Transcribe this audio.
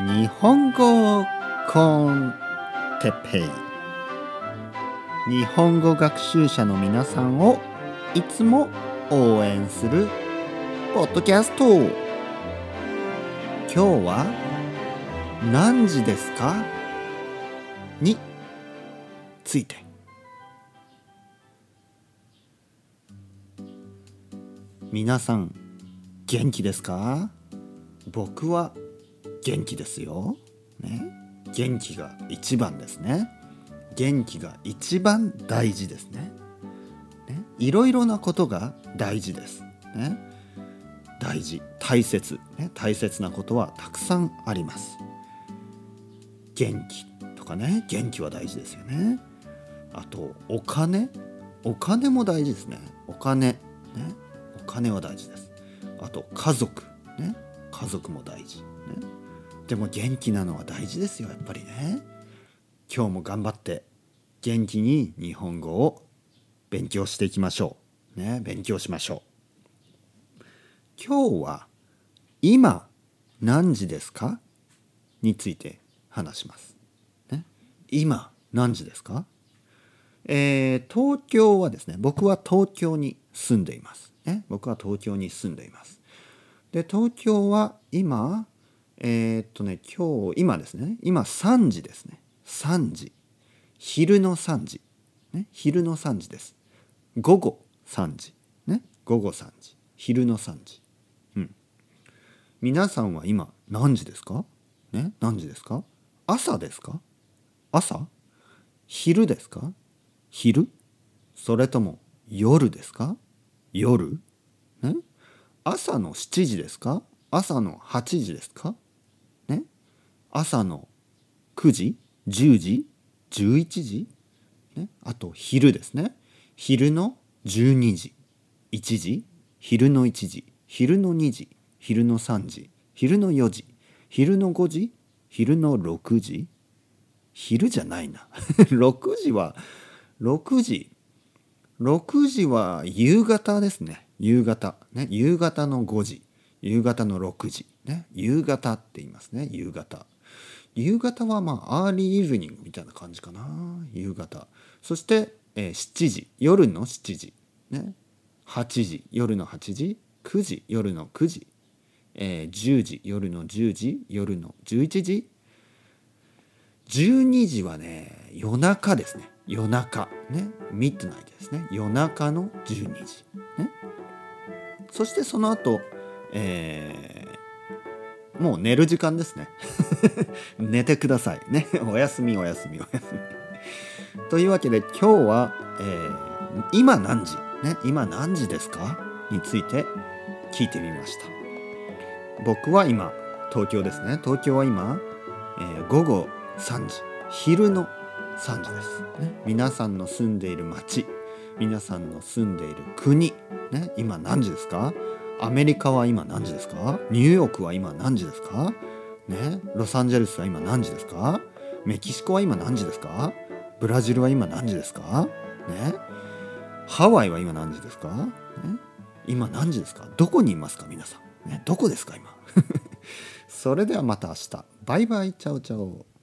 日本語コンテッペイ、日本語学習者の皆さんをいつも応援するポッドキャスト。今日は何時ですかについて。皆さん元気ですか？僕は元気ですよ、ね、元気が一番ですね。元気が一番大事ですね。いろいろなことが大事です、ね、大事、大切、ね、大切なことはたくさんあります。元気とかね、元気は大事ですよね。あとお金も大事ですね。お金は大事です。あと家族、ね、家族も大事、ね、でも元気なのは大事ですよ、やっぱりね。今日も頑張って元気に日本語を勉強していきましょう、ね、勉強しましょう。今日は今何時ですかについて話します、ね、今何時ですか？東京はですね、僕は東京に住んでいます、ね、僕は東京に住んでいます。で、東京は今今ですね、今3時ですね。3時、昼の3時、ね、昼の3時です。午後3時、ね、午後3時、昼の3時、皆さんは今何時ですか？ね、何時ですか？朝ですか？朝？昼ですか？昼？それとも夜ですか？夜？ね、朝の7時ですか？朝の8時ですか？ね、朝の9時、10時、11時、ね、あと昼ですね。昼の12時、1時、昼の1時、昼の2時、昼の3時、昼の4時、昼の5時、昼の6時、昼じゃないな6時は夕方ですね。夕方ね、夕方の5時、夕方の6時ね、夕方って言いますね。夕方はアーリーイブニングみたいな感じかな。夕方。そして、7時、夜の7時、ね、8時、夜の8時、9時、夜の9時、10時、夜の10時、夜の11時、12時はね、夜中ですね。夜中ね、ミッドナイトですね。夜中の12時、ね、そしてその後、もう寝る時間ですね寝てくださいね。おやすみ。というわけで今日は、今何時、ね、今何時ですかについて聞いてみました。僕は今東京ですね。東京は今、午後3時、昼の3時です、ね、皆さんの住んでいる町、皆さんの住んでいる国、ね、今何時ですか？アメリカは今何時ですか？ニューヨークは今何時ですか？ね、ロサンゼルスは今何時ですか？メキシコは今何時ですか？ブラジルは今何時ですか？ね、ハワイは今何時ですか？ね、今何時ですか？どこにいますか皆さん、ね、どこですか今それではまた明日。バイバイ、チャオチャオ。